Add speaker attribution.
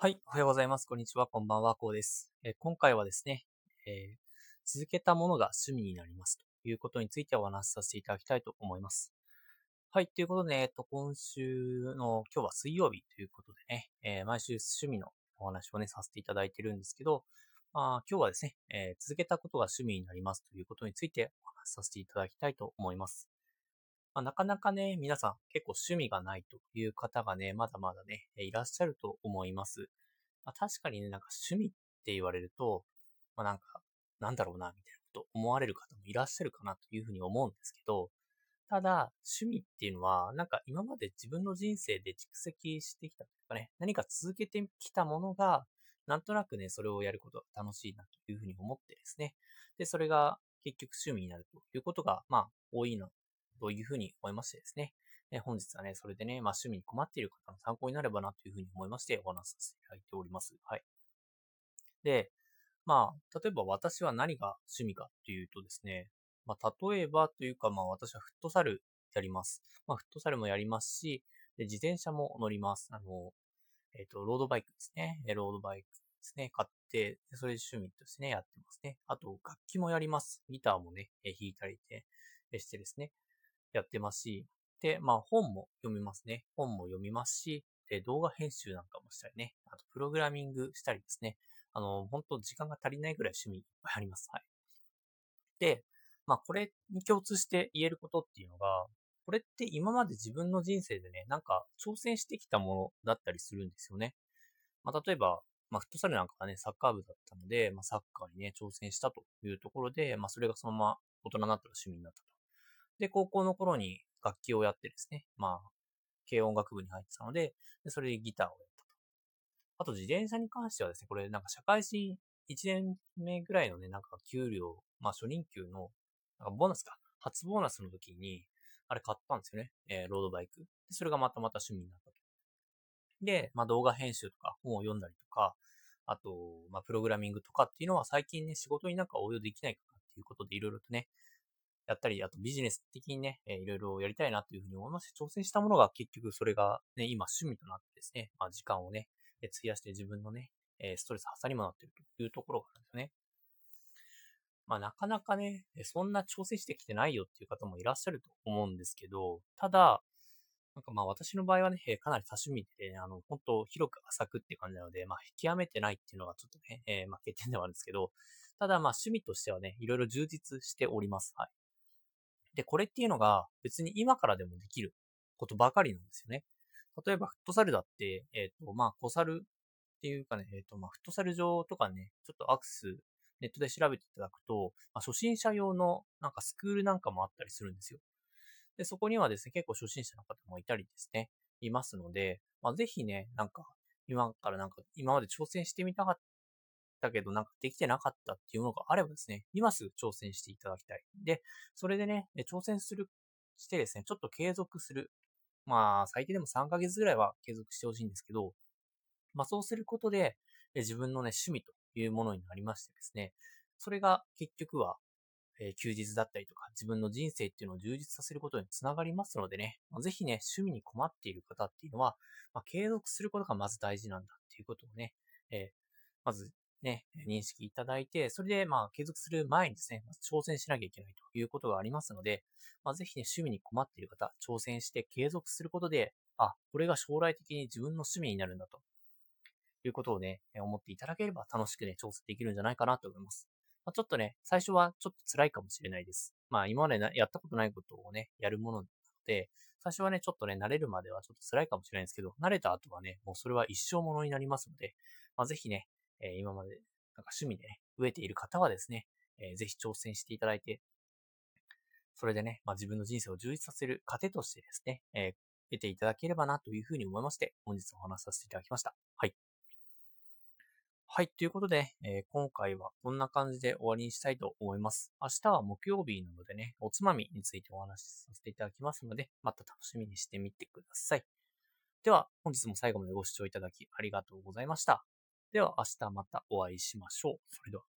Speaker 1: はい、おはようございます。こんにちは、こんばんは、こうです。今回はですね、続けたものが趣味になりますということについてお話しさせていただきたいと思います。はい、ということで、今週の今日は水曜日ということでね、毎週趣味のお話をね、させていただいてるんですけど、今日はですね、続けたことが趣味になりますということについてお話しさせていただきたいと思います。なかなかね、皆さん結構趣味がないという方がね、まだまだね、いらっしゃると思います。確かにね、なんか趣味って言われると、なんか、なんだろうな、みたいなこと思われる方もいらっしゃるかなというふうに思うんですけど、ただ、趣味っていうのは、なんか今まで自分の人生で蓄積してきたというかね、何か続けてきたものが、なんとなくね、それをやることが楽しいなというふうに思ってですね。で、それが結局趣味になるということが、多いの、というふうに思いましてですね。本日はね、それでね、趣味に困っている方の参考になればなというふうに思いまして、お話しさせていただいております。はい。で、例えば私は何が趣味かっていうとですね、例えばというか、私はフットサルやります。フットサルもやりますし、で、自転車も乗ります。ロードバイクですね。ロードバイクですね。買って、でそれで趣味としてね、やってますね。あと、楽器もやります。ギターもね、弾いたりしてですね、やってますし、で、本も読みますね。本も読みますし、で、動画編集なんかもしたりね。あと、プログラミングしたりですね。本当時間が足りないぐらい趣味いっぱいあります。はい。で、これに共通して言えることっていうのが、これって今まで自分の人生でね、なんか挑戦してきたものだったりするんですよね。例えば、フットサルなんかがね、サッカー部だったので、サッカーにね、挑戦したというところで、それがそのまま大人になったら趣味になったと。で、高校の頃に楽器をやってですね、軽音楽部に入ってたので、それでギターをやったと。あと自転車に関してはですね、これなんか社会人1年目ぐらいのね、なんか給料、初任給の、なんかボーナスか、初ボーナスの時に、あれ買ったんですよね。ロードバイク。で、それがまた趣味になったと。で、動画編集とか本を読んだりとか、あと、プログラミングとかっていうのは最近ね、仕事になんか応用できないかなっていうことでいろいろとね、やったり、あとビジネス的にね、いろいろやりたいなというふうに思いまして、挑戦したものが結局それがね、今趣味となってですね、時間をね、費やして自分のね、ストレス発散にもなっているというところがあるんですよね。なかなかね、そんな挑戦してきてないよっていう方もいらっしゃると思うんですけど、ただ、なんか私の場合はね、かなり多趣味で、本当広く浅くっていう感じなので、極めてないっていうのがちょっとね、欠点ではあるんですけど、ただ趣味としてはね、いろいろ充実しております。はい。で、これっていうのが別に今からでもできることばかりなんですよね。例えばフットサルだって、小猿っていうかね、フットサル場とかね、ちょっとアクセス、ネットで調べていただくと、初心者用のなんかスクールなんかもあったりするんですよ。で、そこにはですね、結構初心者の方もいたりですね、いますので、ぜひね、なんか、今まで挑戦してみたかったけど、なんかできてなかったっていうのがあればですね、今すぐ挑戦していただきたい。で、それでね、挑戦してですね、ちょっと継続する。最低でも3ヶ月ぐらいは継続してほしいんですけど、そうすることで、自分のね、趣味というものになりましてですね、それが結局は、休日だったりとか、自分の人生っていうのを充実させることにつながりますのでね、ぜひね、趣味に困っている方っていうのは、継続することがまず大事なんだっていうことをね、まずね、認識いただいて、それで継続する前にですね、まず挑戦しなきゃいけないということがありますので、ぜひね、趣味に困っている方、挑戦して継続することで、これが将来的に自分の趣味になるんだということをね、思っていただければ楽しくね、挑戦できるんじゃないかなと思います。ちょっとね、最初はちょっと辛いかもしれないです。今までやったことないことをね、やるものなので、最初はね、ちょっとね、慣れるまではちょっと辛いかもしれないんですけど、慣れた後はね、もうそれは一生ものになりますので、ぜひね、今まで、なんか趣味でね、飢えている方はですね、ぜひ挑戦していただいて、それでね、自分の人生を充実させる糧としてですね、得ていただければなというふうに思いまして、本日お話しさせていただきました。はい。はい。ということで、今回はこんな感じで終わりにしたいと思います。明日は木曜日なのでね、おつまみについてお話しさせていただきますので、また楽しみにしてみてください。では、本日も最後までご視聴いただきありがとうございました。では、明日またお会いしましょう。それでは。